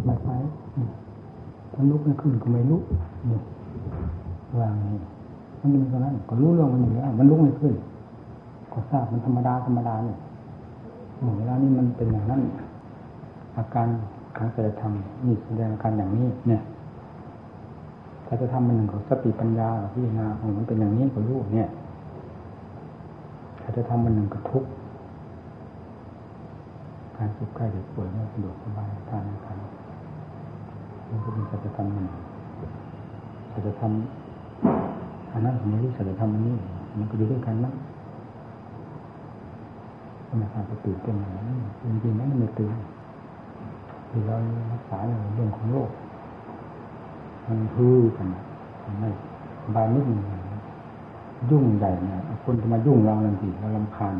ไม่ไปมันลุกไม่ขึ้นก็ไม่ลุกนี่วางนี่มันมีเท่านั้นก็รู้เรื่องมันอยู่แล้วมันลุกไม่ขึ้นก็ทราบมันธรรมดาเนี่ยเวลานี้มันเป็นอย่างนั้นอาการของศีลธรรมนี่แสดงอาการอย่างนี้เนี่ยถ้าจะทำมันหนึ่งของสติปัญญาพิจารณาของมันเป็นอย่างนี้ก็รู้เนี่ยถ้าจะทำมันหนึ่งก็ทุกข์การเจ็บไข้ได้ป่วยไม่สะดวกสบายทานอาหารมันก็เป็นสัจธรรมมันสัจธรรมอันนั้นผมไม่รู้สัจธรรมอันนี้มันก็อยู่ด้วยกันนะธรรมชาติตื่นเต้นอย่างนั้นจริงๆนั้นไม่ตื่นที่เรารักษาเรื่องของโลกมันฮือกันไม่บานนิดหนึ่งยุ่งใหญ่เนี่ยคนจะมายุ่งเราทันทีเรารำคาญ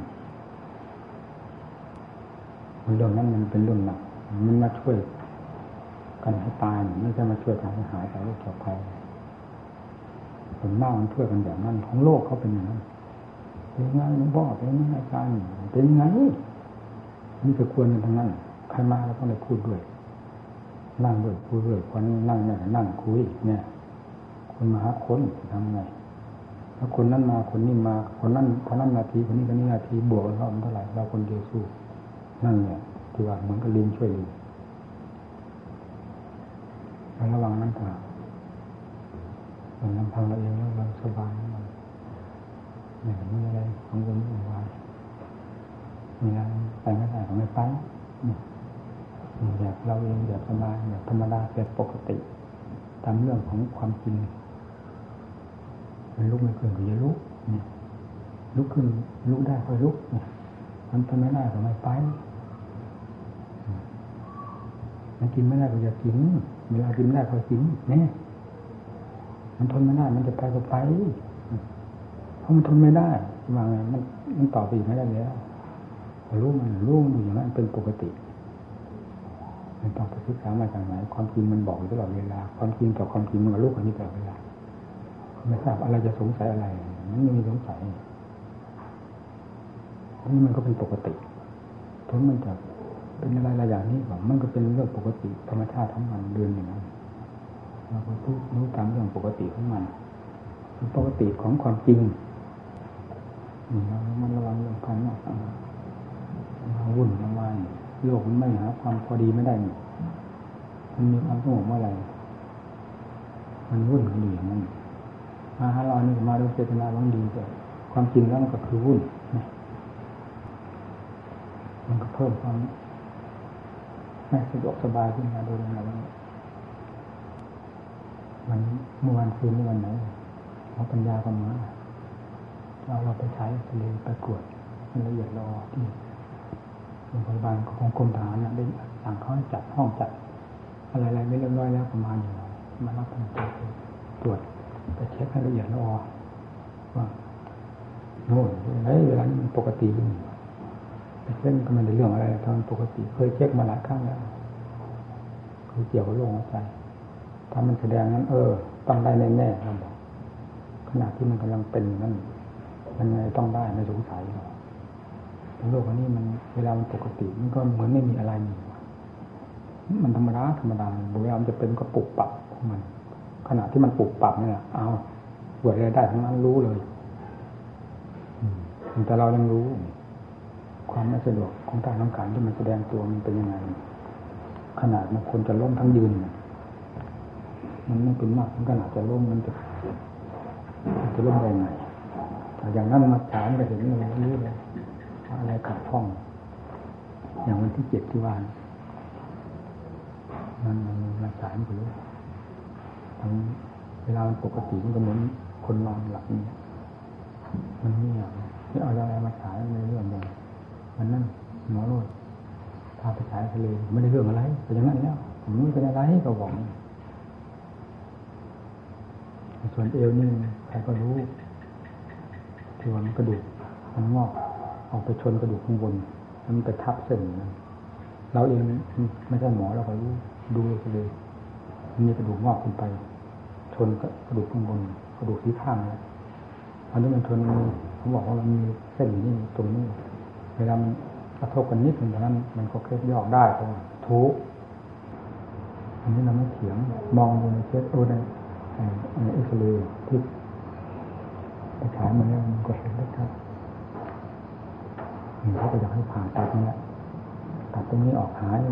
เรื่องนั้นมันเป็นเรื่องหนักมันมาช่วยกันให้ตายไม่ใช่มาช่วยกันให้หายจากโรคจากภัยผลมากมันช่วยกันอย่างนั้นของโลกเขาเป็นอย่างนั้นเป็นไงหลวงพ่อเป็นไงอาจารย์เป็นไงนี่คือควรกันทั้งนั้นใครมาเราต้องได้พูดด้วยนั่งด้วยพูดด้วยคนนั่งเนี่ยนั่งคุยเนี่ยคนมาหาคนทำไงถ้าคนนั้นมาคนนี้มาคนนั้นนาทีคนนี้นาทีบวกกันเท่าไหร่เราคนเดียวสู้นั่นเนี่ยที่ว่าเหมือนกับลิงช่วยลิงระวังนั่นค่ะมันลำพังเราเองแล้วเราสบายมันเนี่ยมีอะไรของคนอื่นวายมีอะไรไปไม่ได้ของไม่ไปแบบเราเองแบบสบายแบบธรรมดาแบบปกติตามเรื่องของความจริงมันลุกไม่ขึ้นก็อย่าลุกเนี่ยลุกขึ้นลุกได้ค่อยลุกเนี่ยมันทำไม่ได้ก็ไม่ไปมันกินไม่ได้ก็อย่ากินเวลากินได้ค่อยกินเนี่ยมันทนไม่ได้มันจะไปก็ไปเพราะมันทนไม่ได้ว่าไงมันต่อไปอีกไม่ได้แล้วรู้มันอยู่อย่างนั้นเป็นปกติมันต้องไปศึกษามาจากไหนความจริงมันบอกอยู่ตลอดเวลาความจริงต่อความจริงมันก็รู้กันอยู่ตลอดเวลาไม่ทราบอะไรจะสงสัยอะไรมันไม่มีสงสัยนี่มันก็เป็นปกติถึงมันจะเป็นอะไรอย่างนี้ว่ามันก็เป็นเรื่องปกติธรรมชาติของมันเดินอย่างนั้นเราก็รู้ตามเรื่องปกติของมันเป็นปกติของความจริงเรามันระวังเรื่องการนอกมาวุ่นวายโลกมันไม่หาความพอดีไม่ได้มันมีความสงบเมื่อไหร่มันวุ่นกันอยู่อย่างนั้นมาหาเรานี่มาด้วยเจตนาหวังดีแต่ความจริงแล้วมันก็คือวุ่นมันก็เพิ่มความไม่สะดวกสบายขึ้นมาโดยลำดับมันเมื่อวันคืนเมื่อวันไหนเอาปัญญากันมาเราไปใช้ทะเลไปกวดมันละเอียดรอที่โรงพยาบาลของกรมทหารได้สั่งเขาให้จัดห้องจัดอะไรไม่เรียบร้อยแล้วประมาณอยู่มารับการตรวจไปเช็คให้ละเอียดรอว่าโน่นเวลานี้มันปกติอยู่เช่นก็ไม่ได้เรื่องอะไรทำปกติเคยเช็คมาหลายครั้งแล้วคือเกี่ยวกับโรคหัวใจถ้ามันแสดงนั้นต้องได้แน่ๆเราบอกขณะที่มันกำลังเป็นนั่นมันไงต้องได้ไม่สงสัยหรอกโรคอันนี้มันเวลามันปกติมันก็เหมือนไม่มีอะไรนี่มันธรรมดาเวลามันจะเป็นก็ปุบปับของมันขณะที่มันปุบปับเนี่ยเอาปวดอะไรได้ทั้งนั้นรู้เลยแต่เรายังรู้ความไม่สะดวกของทางร่างกายที่มันแสดงตัวมันเป็นยังไงขนาดมันควรจะล้มทั้งยืนมันไม่เป็นมากถึงขนาดจะล้มมันจะล้มได้ไงแต่อย่างนั้นมาถามไปเห็นเลยรู้เลยอะไรขัดข้องอย่างวันที่7ที่ว่ามันมาถามไปรู้ทั้งเวลามันปกติมันก็เหมือนคนนอนหลับนี่มันเงียบที่เอาอะไรมาถามในเรื่องอย่างมันนั่นหมอโรดพาไปฉายทะเลไม่ได้เรื่องอะไรแต่อย่างนั้นแล้วผมไม่เป็นอะไรก็บอกส่วนเอวนี่ใครก็รู้ที่ว่ามันกระดูกมันงอกออกไปชนกระดูกข้างบนมันไปทับเส้นเราเองไม่ใช่หมอเราก็รู้ดูเลยมันมีกระดูกงอกขึ้นไปชนกระดูกข้างบนกระดูกที่ข้างเลยอันนี้มันชนเขาบอกว่ามันมีเส้นอยู่นี่ตรงนี้เวลามันกระทบกันนิดนึงเท่านั้นมันก็เคล็ดยอกได้เพราะว่าทุกอันนี้เราไม่เถียงมองดูในเช็ดโอ้ในเอ็กซเรย์ที่ไปฉายมันเนี่ยมันก็เห็นได้ชัดเขาก็อยากให้ผ่าตัดเนี่ยตัดตรงนี้ออกหาย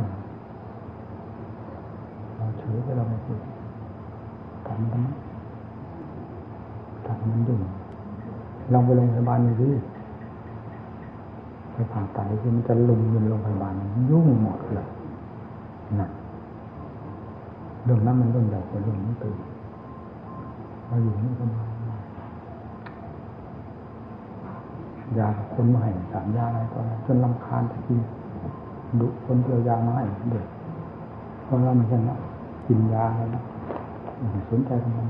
เราเฉยก็เราไม่พูดตัดมันทำไมตัดมันยุ่งลองไปโรงพยาบาลดูสิไปผ่าตัดที่มันจะลุมอยู่ในโรงพยาบาลยุ่งหมดเลยนะเรื่องนั้นมันเรื่องใหญ่กว่าเรื่องนี้ตื่นมาอยู่นี่ก็มายาคนมาให้สามยาอะไรก็จนรำคาญทีดุคนเดียวยามาให้เด็กเพราะว่ามันแค่นั้นกินยาแล้วนะไม่สนใจทำไม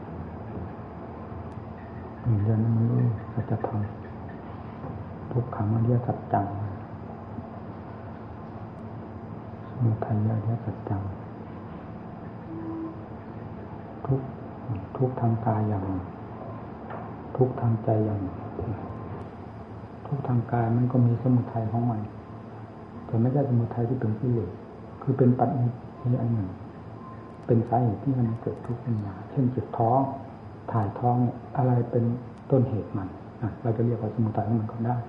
เรื่องนั้นมันรู้สัจธรรมทุกขังอริยสัจจังสมุทัยอริยสัจจังทุกทางกายอย่างทุกทางใจอย่างทุกทางกายมันก็มีสมุทัยของมันแต่ไม่ใช่สมุทัยที่เป็นกิเลสคือเป็นปัจจัยอันหนึ่งเป็นสาเหตุที่มันเกิดทุกข์ขึ้นมาเช่นเจ็บท้องถ่ายท้องอะไรเป็นต้นเหตุมันเราจะเรียกว่าสมุทัยของมันก็ได้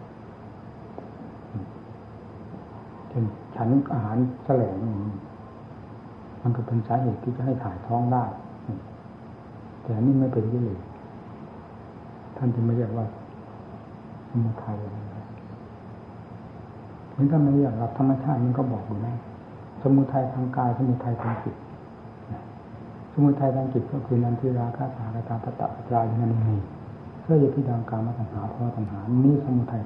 เช่นฉันอาหารแสลงมันก็เป็นสาเหตุที่จะให้ถ่ายท้องได้แต่อันนี้ไม่เป็นกิเลสท่านจึงไม่เรียกว่าสมุทัยอะไรเหมือนกันไม่เรียกหลักธรรมชาติมันก็บอกอยู่นะสมุทัยทางกายสมุทัยทางจิตสมุทัยทางจิตก็คือนันทิราคะสากตาตะจายนั่นเองเพื่อจะพิจารณากามตัณหาภวตัณหานี่สมุทัย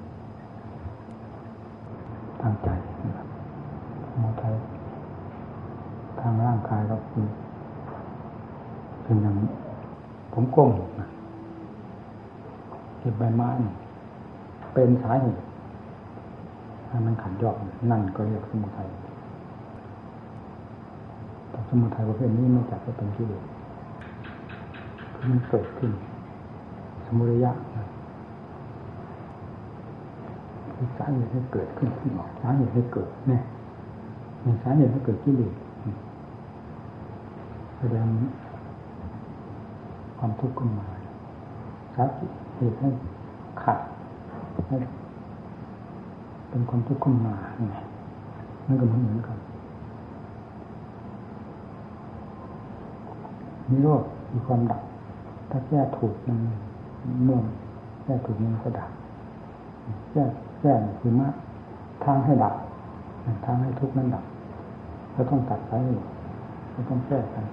ทางใจนะครับสมุทัยทางร่างกายก็คือเป็นอย่างผมก้มนะเก็บใบไม้เป็นสาเหตุถ้ามันขัดยอกนั่นก็เรียกสมุทัยแต่สมุทัยประเภทนี้ไม่จัดว่าเป็นกิเลสคือมันเกิดขึ้นสมุทัยคือสาเหตุให้เกิดขึ้นสาเหตุให้เกิดเนี่ยมีสาเหตุให้เกิดกิเลสแสดงความทุกข์ขึ้นมาสาเหตุให้ขัดให้เป็นความทุกข์ขึ้นมาเนี่ยนั่นก็เหมือนกันนิโรธมีความดับถ้าแก้ถูกมันเมื่อแก้ถูกมันก็ดับแก้คือมากทางให้ดับทางให้ทุกข์นั้นดับเราต้องตัดไปเราต้องแก้กัน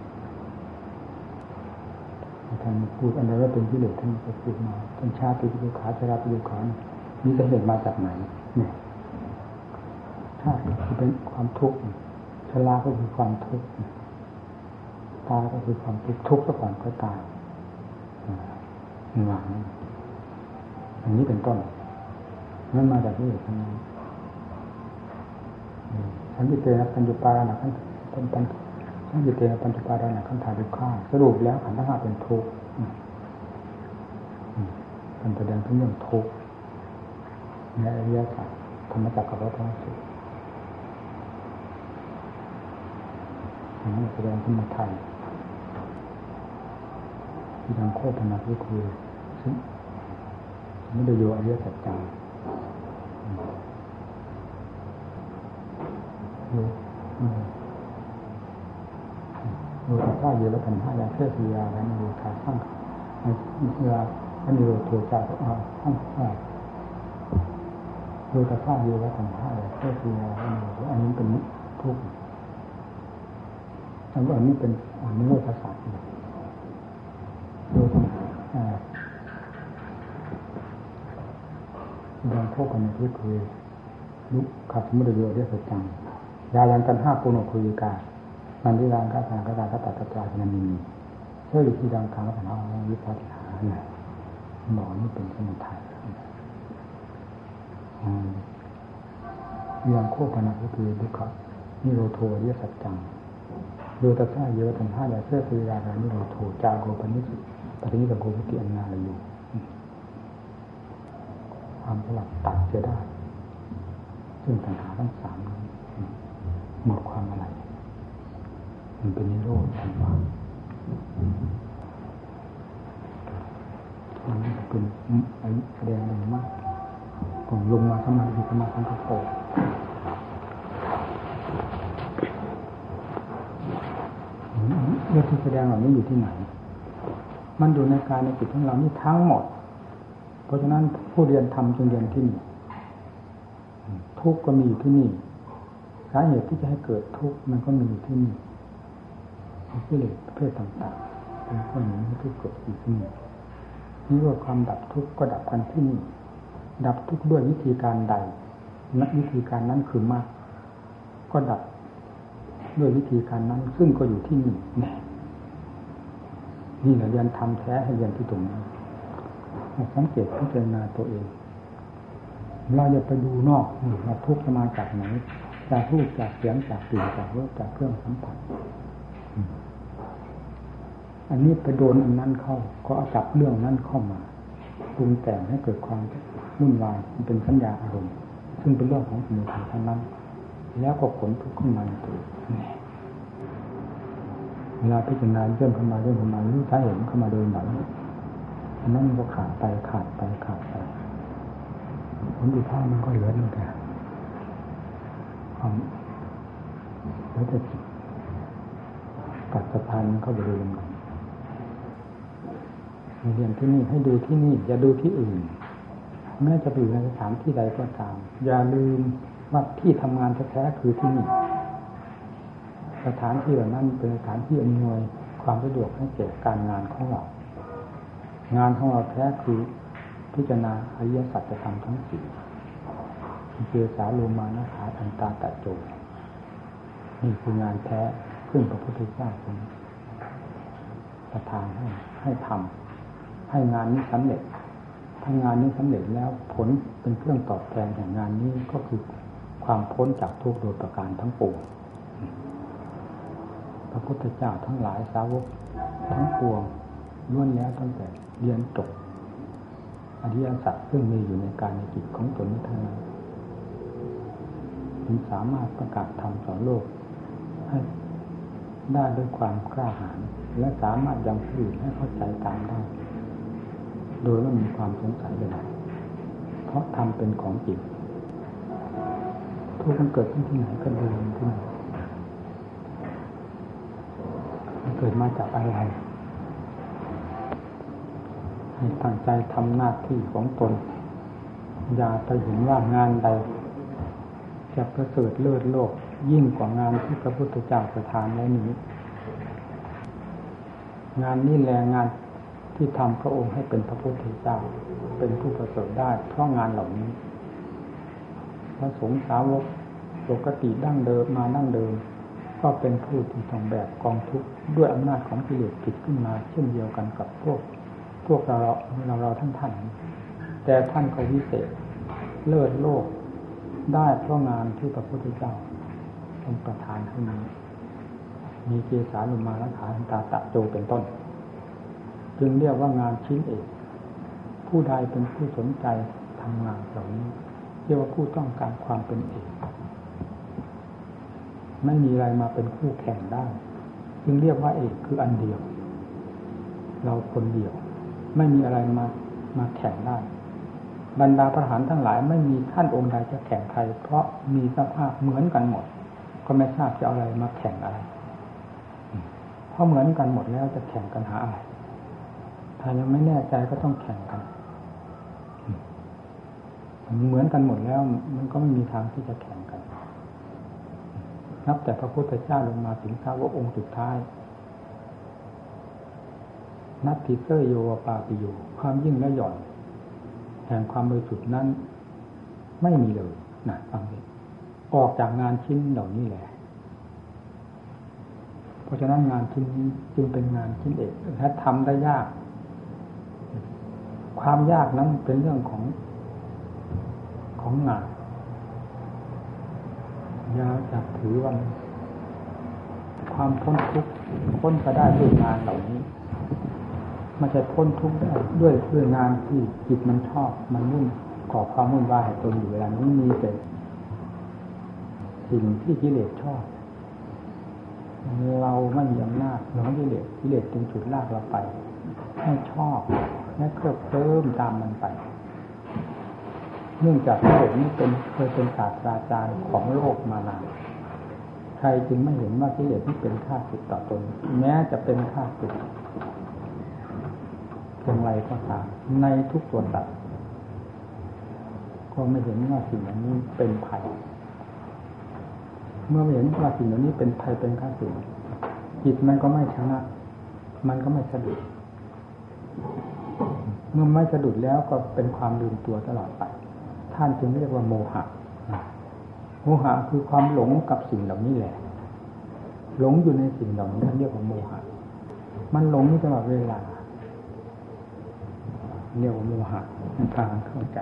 ท่านพูดอะไรว่าเป็นกิเลสท่านก็พูดมาท่านชาติปิดุขาชราปิดุขานี่จะเห็นมาจากไหนเนี่ยชาติคือเป็นความทุกข์ชราก็คือความทุกข์ตายก็คือความทุกข์ทุกข์ซะก่อนก็ตายหวังอย่างนี้เป็นต้นนั่นมาจากที่เหตุทั้งนั้นฉันจิเตนะปัญจุปาระขันฉันจิเตนะปัญจุปาระขันธาทุกขาสรุปแล้วขันธ์ทั้งห้าเป็นทุกข์เป็นแสดงถึงเรื่องทุกข์ในอริยสัจธรรมจักรกับวัฏฏะสูตรนั่นแสดงสมุทัยที่ทางโคปนาก็คือซึ่งไม่ได้โยอริยสัจจาโยตัสสะเยละขันธ์ห้าอย่างเทศียาและนิโรธาสร้างเวลานิโรธโทจาทั้งโยตัสสะเยละขันธ์ห้าอย่างเทศียาและนิโรธอันนี้เป็นทุกข์อันนี้เป็นนิโรธศาสตร์โดยดังพวกกันในที่คือลุกขับสมุทโยเรียกสัจจังยายันกันห้าปุโนคุยิกามันที่รางกาสากาตาตัตตานันนีเชื่ออยู่ที่ดังคำว่าเอาวิปัสสนาเนี่ยหมอนี่เป็นสมุทัยอย่างโคปนาก็คือลุกขับนิโรโทเรียกสัจจังโยตัสสะเยวัตถังห้าและเสื้อสุริยาการนิโรโทจาโกปนิสุปฏินิสังโกวิติอนาลยุความสลับตัดจะได้ซึ่งปัญหาทั้งสามหมดความอะไรมันเป็นนิโรธทันว่ามันเป็นแสดงลงมากก่อนลงมาสมาธิสมาธิก็โตเรื่องที่แสดงเหล่านี้อยู่ที่ไหนมันอยู่ในกายในจิตของเรานี่ทั้งหมดเพราะฉะนั้นผู้เรียนธรรมจึงเรียนที่นี่ทุกข์ก็มีอยู่ที่นี่สาเหตุที่จะให้เกิดทุกข์มันก็มีอยู่ที่นี่กิเลสประเภทต่างๆเป็นข้อหนึ่งที่เกิดอยู่ที่นี่นี่ว่าความดับทุกข์ก็ดับกันที่นี่ดับทุกข์ด้วยวิธีการใดวิธีการนั้นคือมรรคก็ดับด้วยวิธีการนั้นซึ่งก็อยู่ที่นี่นี่แหละเรียนทำแท้ให้เรียนที่ตรงนี้สังเกตพิจารณาตัวเองเราอย่าไปดูนอกเราทุกข์จะมาจากไหนจากรูปจากเสียงจากกลิ่นจากรสจากเครื่องสัมผัสอันนี้ไปโดนอันนั้นเข้าก็เอาจับเรื่องนั้นเข้ามาปรุงแต่งให้เกิดความวุ่นวายมันเป็นสัญญาอารมณ์ซึ่งเป็นเรื่องของสมุทัยทั้งนั้นแล้วก็ผลทุกข์ขึ้นมาในตัวเวลาพิจารณาเรื่องเข้ามารู้สาเหตุเข้ามาโดยหนังอันนั้นมันก็ขาดไปผลที่ท้ายมันก็เหลือนั่นแหละความแล้วจะตัดสะพานเข้าไปดูลำดับเรียนที่นี่ให้ดูที่นี่อย่าดูที่อื่นแม้จะไปอยู่ในสถานที่ใดก็ตามอย่าลืมว่าที่ทำงานแท้ๆคือที่นี่สถานที่เหล่านั้นเป็นสถานที่อำนวยความสะดวกให้แก่การงานของเรางานของเราแท้คือพิจารณาอริยสัจธรรมทั้งสี่เจสาโลมานะขาทันตาตะโจนี่คืองานแท้ซึ่งพระพุทธเจ้าทรงประทานให้ทำให้งานนี้สำเร็จถ้างานนี้สำเร็จแล้วผลเป็นเครื่องตอบแทนแห่งงานนี้ก็คือความพ้นจากทุกข์โดยประการทั้งปวงพระพุทธเจ้าทั้งหลายสาวกทั้งปวงล้วนแล้วตั้งแต่เรียนจบอริยสัจซึ่งมีอยู่ในกายในจิตของตนนี้ทั้งนั้นจึงสามารถประกาศธรรมสอนโลกให้ได้ด้วยความกล้าหาญและสามารถยังผู้อื่นให้เข้าใจตามได้โดยไม่มีความสงสัยใดๆเพราะธรรมเป็นของจริงทุกข์มันเกิดขึ้นที่ไหนก็ดูที่นั่นมันเกิดมาจากอะไรให้ตั้งใจทำหน้าที่ของตนอย่าไปเห็นว่างานใดจะประเสริฐเลิศโลกยิ่งกว่างานที่พระพุทธเจ้าประทานไว้นี้งานนี้แหละงานที่ทำพระองค์ให้เป็นพระพุทธเจ้าเป็นผู้ประเสริฐได้เพราะงานเหล่านี้พระสงฆ์สาวกปกติดั้งเดิมมาดั้งเดิมก็เป็นผู้ที่ต้องแบกกองทุกข์ด้วยอำนาจของกิเลสผิดขึ้นมาเช่นเดียวกันกับพวกเราท่านแต่ท่านก็วิเศษเลิศโลกได้เพราะงานที่พระพุทธเจ้าทรงประทานขึ้นมามีเกสาลุมานะขาทันตาตะโจเป็นต้นจึงเรียกว่างานชิ้นเอกผู้ใดเป็นผู้สนใจทำงานเหล่านี้เรียกว่าผู้ต้องการความเป็นเอกไม่มีอะไรมาเป็นคู่แข่งได้จึงเรียกว่าเอกคืออันเดียวเราคนเดียวไม่มีอะไรมาแข่งได้บรรดาพระอรหันต์ทั้งหลายไม่มีท่านองค์ใดจะแข่งใครเพราะมีสภาพเหมือนกันหมดก็ไม่ทราบจะเอาอะไรมาแข่งอะไรเพราะเหมือนกันหมดแล้วจะแข่งกันหาอะไรถ้ายังไม่แน่ใจก็ต้องแข่งกันเหมือนกันหมดแล้วมันก็ไม่มีทางที่จะแข่งกันนับแต่พระพุทธเจ้าลงมาถึงท้าวองค์สุดท้ายนัตถิเสยโยวปาปิโยความยิ่งและหย่อนแห่งความบริสุทธิ์นั้นไม่มีเลยนะฟังดิออกจากงานชิ้นเหล่านี้แหละเพราะฉะนั้นงานชิ้นนี้จึงเป็นงานชิ้นเอกและทำได้ยากความยากนั้นเป็นเรื่องของงานอย่าจับถือว่าความพ้นทุกข์พ้นไปได้ด้วยงานเหล่านี้ไม่ใช่พ้นทุกข์ได้ด้วยงานที่จิตมันชอบมันมุ่งก่อความวุ่นวายให้ตนอยู่เวลานี้มีแต่สิ่งที่กิเลสชอบเราไม่มีอำนาจเหนือกิเลสจึงฉุดลากเราไปให้ชอบให้เคลิบเคลิ้มตามมันไปเนื่องจากกิเลสนี้เคยเป็นศาสตราจารย์ของโลกมานานใครจึงไม่เห็นว่ากิเลสที่เป็นข้าศึกต่อตนแม้จะเป็นข้าศึกเพียงไรก็ตามในทุกตัวสัตว์ก็ไม่เห็นว่าสิ่งเหล่านี้เป็นภัยเมื่อไม่เห็นว่าสิ่งเหล่านี้เป็นภัยเป็นข้าศึกจิตมันก็ไม่ชนะมันก็ไม่สะดุดเมื่อไม่สะดุดแล้วก็เป็นความลืมตัวตลอดไปท่านจึงเรียกว่าโมหะโมหะคือความหลงกับสิ่งเหล่านี้แหละหลงอยู่ในสิ่งเหล่านี้ท่านเรียกว่าโมหะมันหลงอยู่ตลอดเวลาเรียกว่าโมหะในทางเข้าใจ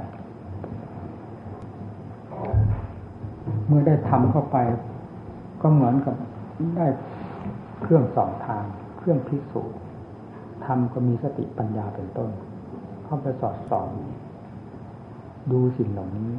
เมื่อได้ทำเข้าไปก็เหมือนกับได้เครื่องส่องทางเครื่องพิสูจน์ทำก็มีสติปัญญาเป็นต้นเข้าไปสอดส่องดูสิ่งเหล่านี้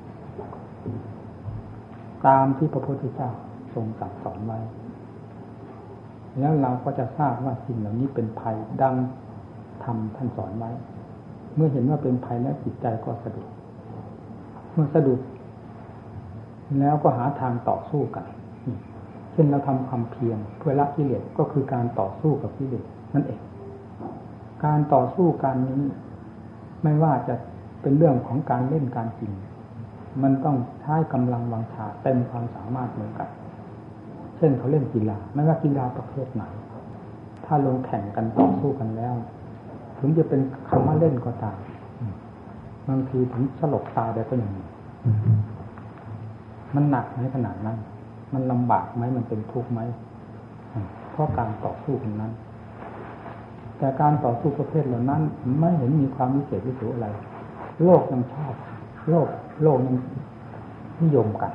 ตามที่พระพุทธเจ้าทรงสั่งสอนไว้แล้วเราก็จะทราบว่าสิ่งเหล่านี้เป็นภัยดังธรรมท่านสอนไว้เมื่อเห็นว่าเป็นภัยแล้วจิตใจก็สะดุดเมื่อสะดุดแล้วก็หาทางต่อสู้กันเช่นเราทำความเพียรเพื่อละกิเลสก็คือการต่อสู้กับกิเลสนั่นเองการต่อสู้การนี้ไม่ว่าจะเป็นเรื่องของการเล่นการจริงมันต้องใช้กำลังวังชาเต็มความสามารถเหมือนกันเช่นเขาเล่นกีฬาไม่ว่ากีฬาประเภทไหนถ้าลงแข่งกันต่อสู้กันแล้วถึงจะเป็นคำว่าเล่นก็ตามบางทีถึงสลบตายได้ก็อย่างนี้มันหนักไหมขนาดนั้นมันลำบากไหมมันเป็นทุกข์ไหมเพราะการต่อสู้กันนั้นแต่การต่อสู้ประเภทเหล่านั้นไม่เห็นมีความวิเศษวิโสอะไรโลกยังชอบโลกยังนิยมกัน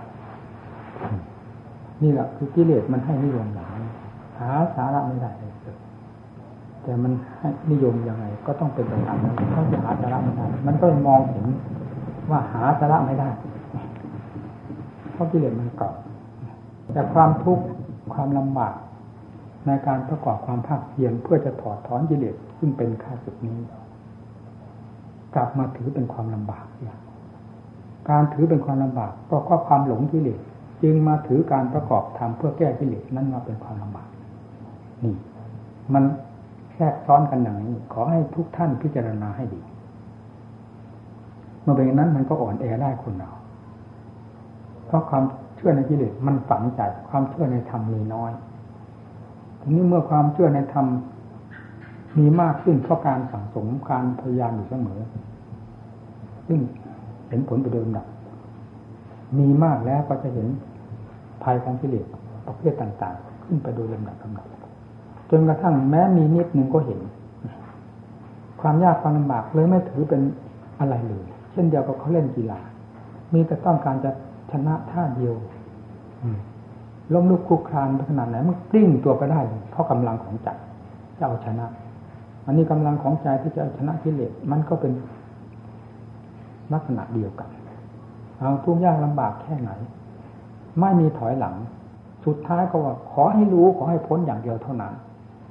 นี่แหละคือกิเลสมันให้นิยมอย่างนี้หาสาระไม่ได้เลยแต่มันให้นิยมยังไงก็ต้องเป็นไปตามนั้นเขาจะหาสาระไม่ได้มันก็มองเห็นว่าหาสาระไม่ได้เพราะกิเลสมันเกาะแต่ความทุกข์ความลำบากในการประกอบความภาคเพียรเพื่อจะถอดถอนกิเลสซึ่งเป็นข้าศึกนี้กลับมาถือเป็นความลำบากการถือเป็นความลำบากเพราะความหลงกิเลสจึงมาถือการประกอบธรรมเพื่อแก้กิเลสนั้นมาเป็นความลำบากนี่มันแทรกซ้อนกันอย่างนี้ขอให้ทุกท่านพิจารณาให้ดีเมื่อเป็นอย่างนั้นมันก็อ่อนแอได้คนเราเพราะความเชื่อในกิเลสมันฝังใจความเชื่อในธรรมมีน้อยทีนี้เมื่อความเชื่อในธรรมมีมากขึ้นเพราะการสั่งสมการพยายามอยู่เสมอซึ่งเห็นผลไปโดยลำดับมีมากแล้วก็จะเห็นภัยของกิเลสประเภทต่างๆขึ้นไปโดยลำดับจนกระทั่งแม้มีนิดนึงก็เห็นความยากความลำบากเลยไม่ถือเป็นอะไรเลยเช่นเดียวกับเขาเล่นกีฬามีแต่ต้องการจะชนะท่าเดียวล้มลุกคลุกคลานไปขนาดไหนมันกลิ้งตัวไปได้เพราะกำลังของใจจะเอาชนะอันนี้กำลังของใจที่จะเอาชนะกิเลสมันก็เป็นลักษณะเดียวกันเอาทุกข์ยากลำบากแค่ไหนไม่มีถอยหลังสุดท้ายก็ว่าขอให้รู้ขอให้พ้นอย่างเดียวเท่านั้น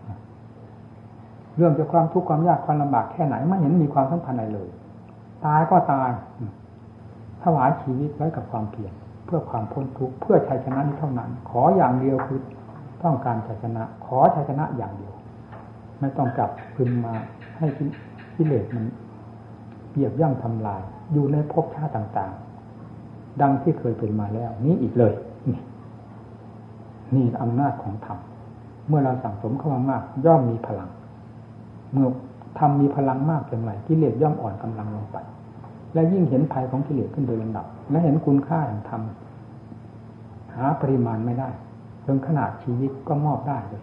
เรื่องจะความทุกข์ความยากความลำบากแค่ไหนไม่เห็นมีความสำคัญอะไรเลยตายก็ตายถวายชีวิตไว้กับความเพียรเพื่อความพ้นทุกข์เพื่อชัยชนะนี้เท่านั้นขออย่างเดียวคือต้องการชัยชนะขอชัยชนะอย่างเดียวไม่ต้องกลับคืนมาให้กิเลสมันเหยียบย่ำทำลายอยู่ในภพชาติต่างๆดังที่เคยเป็นมาแล้วนี้อีกเลยนี่อำนาจของธรรมเมื่อเราสั่งสมเข้ามามากย่อมมีพลังเมื่อธรรมมีพลังมากเพียงไรกิเลสย่อมอ่อนกำลังลงไปและยิ่งเห็นภัยของกิเลสขึ้นโดยลำดับและเห็นคุณค่าแห่งธรรมหาปริมาณไม่ได้จนขนาดชีวิตก็มอบได้เลย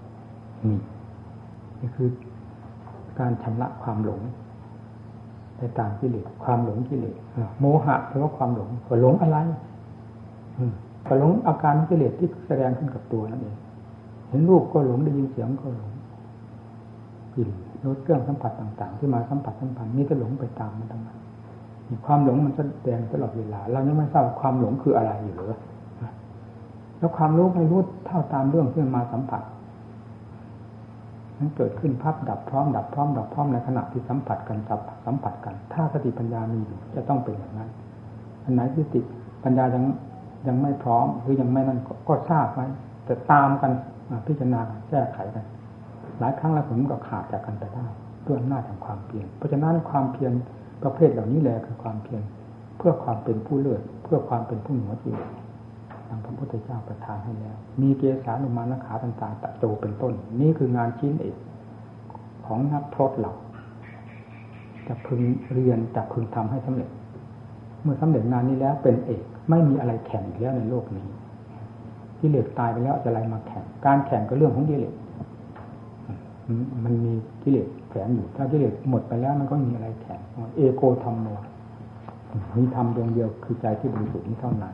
นี่คือการชำระความหลงในตามกิเลสความหลงกิเลสโมหะแปลว่าความหลงก็หลงอะไรก็หลงอาการกิเลสที่แสดงขึ้นกับตัวนั่นเองเห็นรูปก็หลงได้ยินเสียงก็หลงกลิ่นรสเครื่องสัมผัสต่างๆที่มาสัมผัสสัมพันธ์นี่ก็หลงไปตามมันทั้งนั้นความหลงมันแสดงตลอดเวลาเรายังไม่ทราบความหลงคืออะไรอยู่หรือแล้วความรู้ไม่รู้เท่าตามเรื่องที่มาสัมผัสมันเกิดขึ้นพับดับพร้อมดับพร้อมดับพร้อมในขณะที่สัมผัสกันสัมผัสกันถ้าสติปัญญามีอยู่จะต้องเป็นอย่างนั้นอันไหนที่สติปัญญายังไม่พร้อมหรือยังไม่นั่นก็ทราบไว้แต่ตามกันพิจารณาแก้ไขกันหลายครั้งแล้วผมก็ขาดจากกันไปได้ด้วยอำนาจแห่งความเพียรเพราะฉะนั้นความเพียรประเภทเหล่านี้แหละคือความเพียรเพื่อความเป็นผู้เลิศเพื่อความเป็นผู้เหนือกิเลสดังพระพุทธเจ้าประทานให้แล้วมีเกสานุมานขาต่างๆตะโจเป็นต้นนี่คืองานชิ้นเอกของนักพรตเราจะพึงเรียนจะพึงทำให้สำเร็จเมื่อสำเร็จงานนี้แล้วเป็นเอกไม่มีอะไรแข่งอีกแล้วในโลกนี้กิเลสตายไปแล้วจะอะไรมาแข่งการแข่งก็เรื่องของกิเลสมันมีกิเลสแฝงอยู่ถ้ากิเลสหมดไปแล้วมันก็มีอะไรแข่งเอโกธรรมโมมีธรรมดวงเดียวคือใจที่บริสุทธิ์นี้เท่านั้น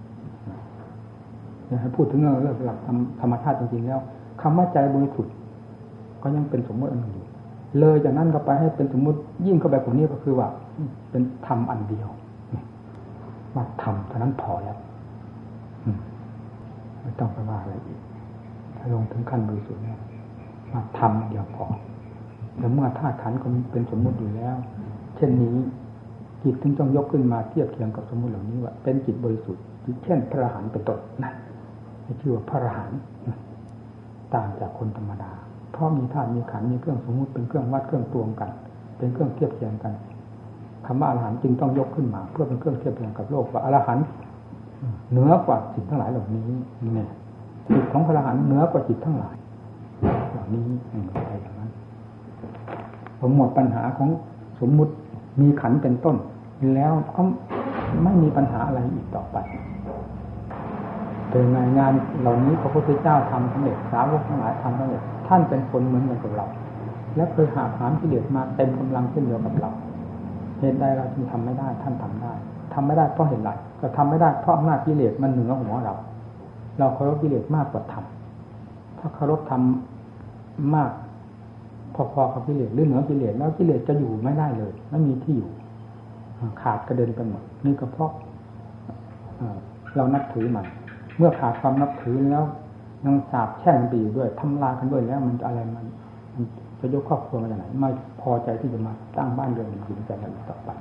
ให้พูดถึงเรื่องหลักธรรมชาติจริงๆแล้วคำว่าใจบริสุทธิ์ก็ยังเป็นสมมติอันหนึ่งอยู่เลยจากนั้นก็ไปให้เป็นสมมติยิ่งเข้าไปกว่านี้ก็คือว่าเป็นธรรมอันเดียวว่าธรรมเท่านั้นพอแล้วไม่ต้องไปว่าอะไรอีกถ้าลงถึงขั้นบริสุทธิ์แล้วว่าธรรมเดียวพอแล้วเมื่อธาตุขันธ์ก็เป็นสมมติอยู่แล้วเช่นนี้จิตถึงต้องยกขึ้นมาเทียบเคียงกับสมมติเหล่านี้ว่าเป็นจิตบริสุทธิ์เช่นพระอรหันต์เป็นต้นนั่นชื่อว่าพระอรหันต์ต่างจากคนธรรมดาเพราะมีธาตุมีขันธ์มีเครื่องสมมุติเป็นเครื่องวัดเครื่องตวงกันเป็นเครื่องเทียบเคียงกันคำว่าอรหันต์จึงต้องยกขึ้นมาเพื่อเป็นเครื่องเทียบเคียงกับโลกว่าอรหันต์เหนือกว่าสิ่งทั้งหลายเหล่านี้เนี่ยจิตของพระอรหันต์เหนือกว่าจิตทั้งหลายเหล่านี้อะไรอย่างนั้นผมหมดปัญหาของสมมุติมีขันธ์เป็นต้นแล้วก็ไม่มีปัญหาอะไรอีกต่อไปเป็นงานเหล่านี้พระพุทธเจ้าทำสำเร็จสาวกทั้งหลายทำสำเร็จท่านเป็นคนเหมือนกับเราและเคยหาหามกิเลสมาเต็มกำลังเช่นเดียวกับเราเหตุใดเราจึงทำไม่ได้ท่านทำได้ทำไม่ได้เพราะเหตุไรก็ทำไม่ได้เพราะอำนาจกิเลสมันเหนือหัวเราเคารพกิเลสมากกว่าธรรมถ้าเคารพธรรมมากพอๆกับกิเลสหรือเหนือกิเลสแล้วกิเลสจะอยู่ไม่ได้เลยไม่มีที่อยู่ขาดกระเด็นไปหมดนี่ก็เพราะเรานับถือมันเมื่อขาดความนับถือแล้วยังสาบแช่งกันไปอยู่ด้วยทำลายกันด้วยแล้วมันอะไรมันจะยกครอบครัวมาจากไหนไม่พอใจที่จะมาตั้งบ้านเรือนอยู่ในใจเราต่อไป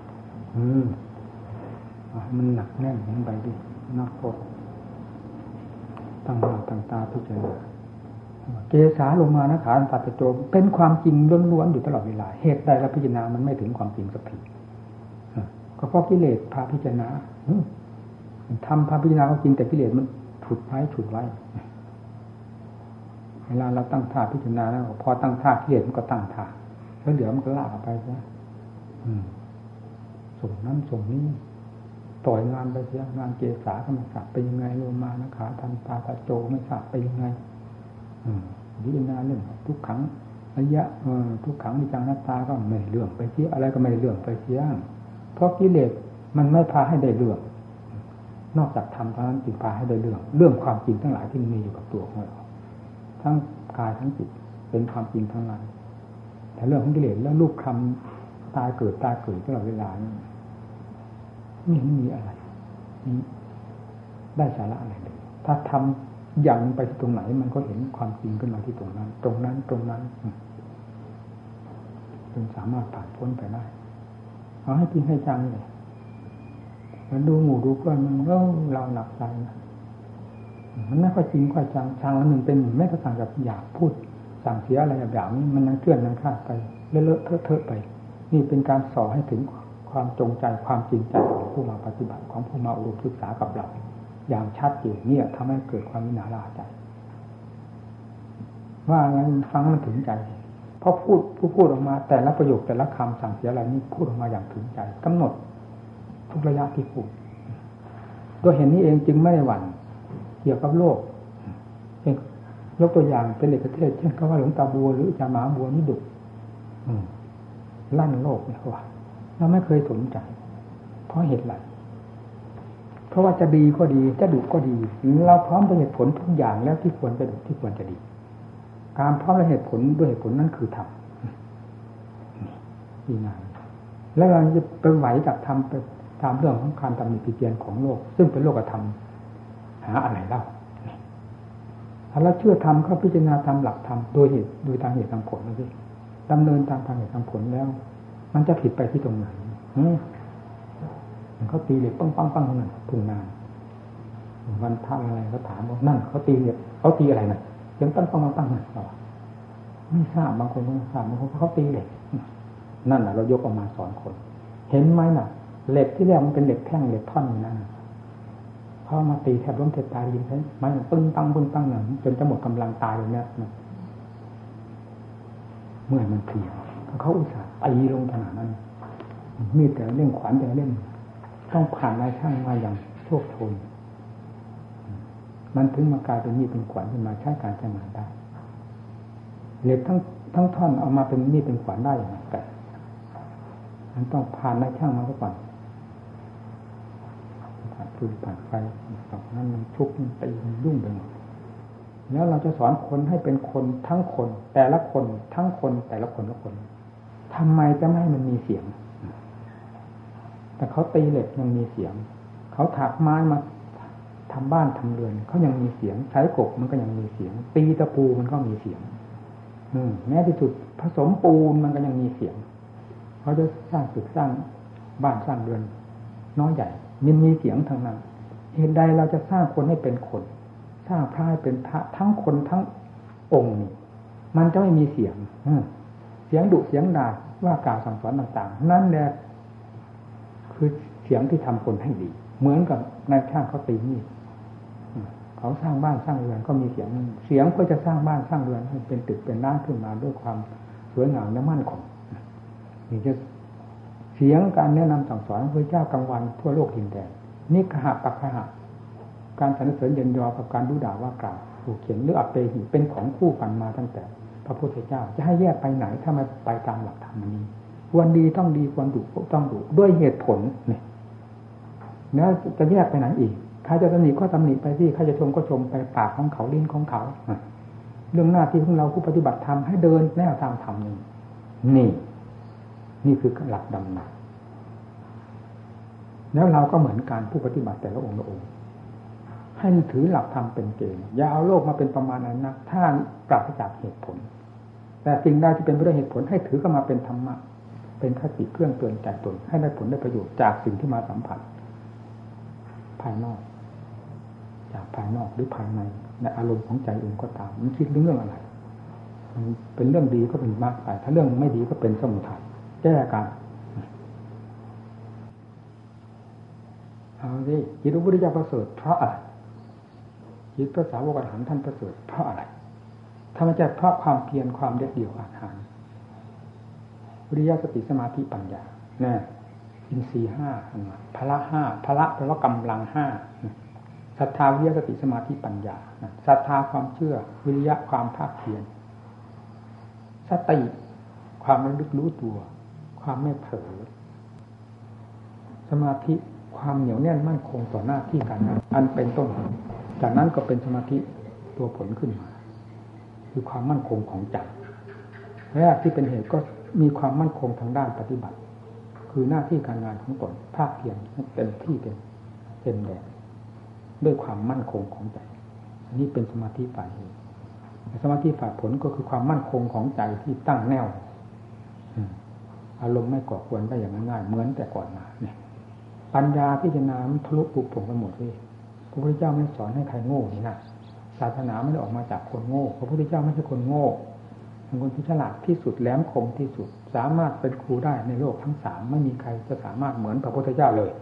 มันหนักแน่นขึ้นไปดินักโทษตั้งหน้าตั้งตาพิจารณาเกสาลงมานะขาตัดตะโจมเป็นความจริงล้วนๆอยู่ตลอดเวลาเหตุใดเราพิจารณามันไม่ถึงความจริงสักทีก็เพราะกิเลสพาพิจารณาทำพาพิจารณาก็จริงแต่กิเลสมันฉุดไว้เวลาเราตั้งท่าพิจารณาแล้วพอตั้งท่ากิเลสมันก็ตั้งท่าแล้วเดี๋ยวมันก็ลากไปซะส่งนั้นส่งนี้ต่อยงานไปเสียงานเกษาก็ไม่ทราบไปยังไงโลมานะขาทันตาตาโจไม่ทราบไปยังไงพิจารณาเรื่องทุกขังอริยะทุกขังมีจังนัตตาก็ไม่เรื่องไปเสียอะไรก็ไม่เรื่องไปเสียเพราะกิเลสมันไม่พาให้ได้เรื่องนอกจากธรรมเท่านั้นจึงพาให้ได้เรื่องความจริงทั้งหลายที่มีอยู่กับตัวของเราทั้งกายทั้งจิตเป็นความจริงทั้งนั้นแต่เรื่องของกิเลสแล้วลูกคำตายเกิดตลอดเวลานี่ไม่มีอะไรได้สาระอะไรเลยถ้าทำอย่างไปที่ตรงไหนมันก็เห็นความจริงขึ้นมาที่ตรงนั้นจนสามารถผ่านพ้นไปได้เอาให้จริงให้จังเลยมันดูหมู่ดูเพื่อนมันเราหนักใจนะมันไม่ค่อยจริงค่อยจังอันหนึ่งเป็นแม้กระทั่งกับอยากพูดสั่งเสียอะไรอย่างนี้มันยังเคลื่อนยังคลาดไปเลอะเทอะไปนี่เป็นการสอนให้ถึงความจงใจความจริงใจของผู้มาปฏิบัติของผู้มาอบรมศึกษากับเราอย่างชัดเจนเนี่ยทำให้เกิดความวินาลาใจว่างั้นฟังมันถึงใจเพราะพูดออกมาแต่ละประโยคแต่ละคำสั่งเสียอะไรนี่พูดออกมาอย่างถึงใจกำหนดทุกระยะที่พูดตัวเห็นนี้เองจึงไม่ได้หวั่นเกี่ยวกับโลกยกตัวอย่างเป็นเอกเทศเช่นคำว่าหลวงตาบัวหรืออาจารย์มหาบัวนี่ดุลั่นโลกเนี่ยว่าเราไม่เคยสนใจเพราะเหตุไรเพราะว่าจะดีก็ดีจะดุก็ดีเราพร้อมด้วยเหตุผลทุกอย่างแล้วที่ควรจะดุที่ควรจะดีการพร้อมด้วยเหตุผลนั้นคือธรรมนี่นะแล้วเราจะไปไหวจากธรรมไปตามเรื่องของการตำหนิติเตียนของโลกซึ่งเป็นโลกธรรมหาอะไรเล่าถ้าเราเชื่อธรรมเขาพิจารณาตามหลักธรรมโดยเหตุโดยทางเหตุทางผลนะพี่ดำเนินตามทางเหตุทางผลแล้วมันจะผิดไปที่ตรงไหนเขาตีเหล็กปังๆนั่นทุ่งนาวันพระอะไรเขาถามว่านั่นเขาตีเหล็กเขาตีอะไรน่ะยังปังนั่นไม่ทราบบางคนไม่ทราบบางคนเขาตีเหล็กนั่นแหละเรายกออกมาสอนคนเห็นไหมน่ะเหล็กที่แรกมันเป็นเหล็กแท่งเหล็กท่อนนั่นพอมาตีแทบล้มแทบตายยิงใช่ไหมปึ้งตั้งนั่นจนจะหมดกำลังตายเลยเนี่ยเมื่อมันเพลียเขาอุตส่าห์ตีลงขนาดนั้นมีแต่เรื่องขวัญแต่เรื่องต้องผ่านนายช่างมาอย่างโชคโชนมันถึงมากลายเป็นมีดเป็นขวัญขึ้นมาใช้การใช้งานได้เหล็กทั้งท่อนเอามาเป็นมีดเป็นขวัญได้อย่างไรกันมันต้องผ่านนายช่างมาก่อนผ่านฟืนผ่านไฟตอนนั้นมันชุกมันตีมันยุ่งไปหมดแล้วเราจะสอนคนให้เป็นคนทั้งคนแต่ละคนทั้งคนแต่ละคนละคนทำไมจะไม่ให้มันมีเสียงแต่เขาตีเหล็กยังมีเสียงเขาถากไม้มาทำบ้านทำเรือนเขายังมีเสียงใช้กบมันก็ยังมีเสียงตีตะปูมันก็มีเสียงแม้ที่สุดผสมปูนมันก็ยังมีเสียงเขาจะสร้างตึกสร้างบ้านสร้างเรือนน้อยใหญ่มันมีเสียงทางนั้นเหตุใดเราจะสร้างคนให้เป็นคนสร้างพระให้เป็นพระทั้งคนทั้งองค์นี่มันจะไม่มีเสียงเสียงดุเสียงด่าว่ากล่าวสั่งสอนต่างๆนั่นแหละคือเสียงที่ทำคนให้ดีเหมือนกับนายช่างเขาตีนี่เขาสร้างบ้านสร้างเรือนก็มีเสียงก็จะสร้างบ้านสร้างเรือนให้เป็นตึกเป็นร้านขึ้นมาด้วยความสวยงามและมั่นคงนี่จะเสียงการแนะนำสั่งสอนของพระเจ้ากลางวันทั่วโลกดินแดนนิคหะปัคหะการสรรเสริญเยินยอกับการดุด่าว่ากล่าวถูกเขียนหรืออัปเปหิเป็นของคู่กันมาตั้งแต่พระพุทธเจ้าจะให้แยกไปไหนถ้าไม่ไปตามหลักธรรมนี้ควรดีต้องดีควรดุต้องดุด้วยเหตุผลเนี่ยแล้วจะแยกไปไหนอีกใครจะตำหนิก็ตำหนิไปที่ใครจะชมก็ชมไปปากของเขาลิ้นของเขาเรื่องหน้าที่ของเราผู้ปฏิบัติธรรมให้เดินแนวตามธรรมนี่คือหลักดำเนินแล้วเราก็เหมือนกันผู้ปฏิบัติแต่ละองค์ละองค์ให้ถือหลักธรรมเป็นเกณฑ์อย่าเอาโลกมาเป็นประมาณนั้นนะถ้าปราศจากเหตุผลแต่สิ่งใดที่เป็นไปด้วยเหตุผลให้ถือเข้ามาเป็นธรรมะเป็นคติเครื่องเตือนใจตนให้ได้ผลได้ประโยชน์จากสิ่งที่มาสัมผัสภายนอกจากภายนอกหรือภายในในอารมณ์ของใจเองก็ตามมันคิดเรื่องอะไรมันเป็นเรื่องดีก็เป็นมากไปถ้าเรื่องไม่ดีก็เป็นสมุทัยแก้กันเอาสิจิตพระพุทธเจ้าประเสริฐเพราะอะไรจิตพระสาวกอรหันต์ท่านประเสริฐเพราะอะไรถ้าไม่ใช่เพราะความเพียรความเด็ดเดี่ยวอาหารวิริยะสติสมาธิปัญญาเนี่ยอินทรีย์ห้าพละห้าพละแปลว่ากำลังห้าศรัทธาวิริยะสติสมาธิปัญญาศรัทธาความเชื่อวิริยะความภาคเพียรสติความระลึกรู้ตัวความไม่เผลอสมาธิความเหนียวแน่นมั่นคงต่อหน้าที่การงานอันเป็นต้นจากนั้นก็เป็นสมาธิตัวผลขึ้นมาคือความมั่นคงของใจแรกที่เป็นเหตุก็มีความมั่นคงทางด้านปฏิบัติคือหน้าที่การงานของตนภาคเพียรเต็มที่เต็มแรงด้วยความมั่นคงของใจอันนี้เป็นสมาธิฝ่ายเหตุสมาธิฝ่ายผลก็คือความมั่นคงของใจที่ตั้งแนวอารมณ์ไม่ก่อควรได้อย่างง่ายๆเหมือนแต่ก่อนมาเนี่ยปัญญาพิจารณามันทะลุปุโปร่งไปหมดเลยพระพุทธเจ้าไม่สอนให้ใครโง่นี่นะศาสนาไม่ได้ออกมาจากคนโง่พระพุทธเจ้าไม่ใช่คนโง่เป็นคนที่ฉลาดที่สุดแหลมคมที่สุดสามารถเป็นครูได้ในโลกทั้งสามไม่มีใครจะสามารถเหมือนพระพุทธเจ้าเลย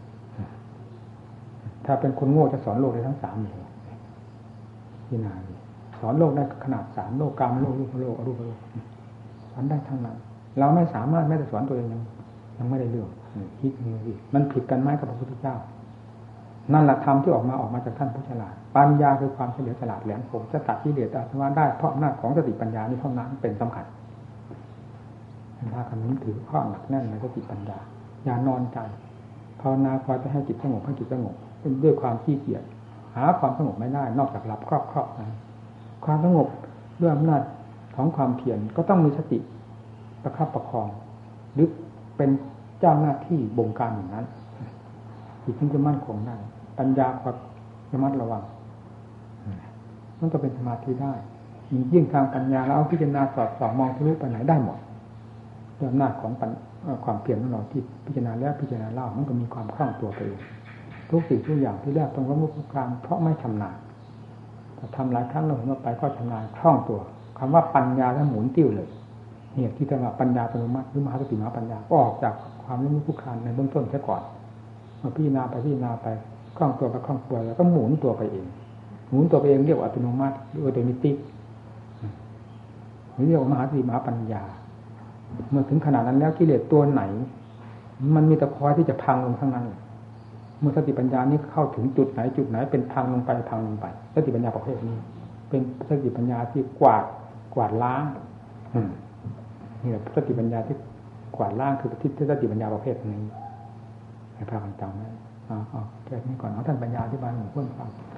ถ้าเป็นคนโง่จะสอนโลกได้ทั้งสามเลยพิจารณาสอนโลกได้ขนาดสามโลกกามโลกรูปโลกอรูปโลกสอนได้ทั้งนั้นเราไม่สามารถแม้แต่สอนตัวเองยังไม่ได้เรื่องคิดมันผิดกันไหมกับพระพุทธเจ้านั่นแหละธรรมที่ออกมาจากท่านผู้ฉลาดปัญญาคือความเฉลียวฉลาดแหลมคมจะตัดกิเลสอาสวะได้เพราะอำนาจของสติปัญญานี้เท่านั้นเป็นสำคัญถ้าคำนี้ถือข้อหนักแน่นในสติปัญญาอย่านอนใจภาวนาคอยจะให้จิตสงบให้จิตสงบด้วยความขี้เกียจหาความสงบไม่ได้นอกจากหลับครอบนั้นความสงบด้วยอำนาจของความเพียรก็ต้องมีสติประคับประคองหรือเป็นเจ้าหน้าที่บงการอย่างนั้นจิตถึงจะมั่นคงได้ปัญญาคอยระมัดระวังมันก็เป็นสมาธิได้ยิ่งทางปัญญาแล้วเอาพิจารณาสอดส่องมองทะลุไปไหนได้หมดด้วยอำนาจของความเพียรของเราที่พิจารณาแล้วพิจารณาเล่ามันก็มีความคล่องตัวไปเองทุกสิ่งทุกอย่างที่แรกต้องล้มลุกคลุกคลานเพราะไม่ชำนาญแต่ทำหลายครั้งเราเห็นว่าไปก็ชำนาญคล่องตัวคำว่าปัญญาแล้วหมุนติ้วเลยเนี่ยที่เรียกว่าปัญญาอัตโนมัติหรือมหาสติมหาปัญญาก็ออกจากความล้มลุกคลุกคลานในเบื้องต้นซะก่อนมาพิจารณาไปพิจารณาไปคล่องตัวไปคล่องตัวแล้วก็หมุนตัวไปเองหมุนตัวไปเองเรียกว่าอัตโนมัติหรืออัตโนมัติเรียกว่ามหาสติมหาปัญญาเมื่อถึงขนาดนั้นแล้วกิเลสตัวไหนมันมีแต่คอยที่จะพังลงทั้งนั้นเมื่อสติปัญญานี้เข้าถึงจุดไหนเป็นพังลงไปสติปัญญาประเภทนี้เป็นสติปัญญาที่กวาดล้างนี่แหละสติปัญญาที่กวาดล้างคือที่สติปัญญาประเภทนี้ให้พากันจำไว้แค่นี้ก่อนเอาท่านปัญญาอธิบายหมู่เพื่อนฟัง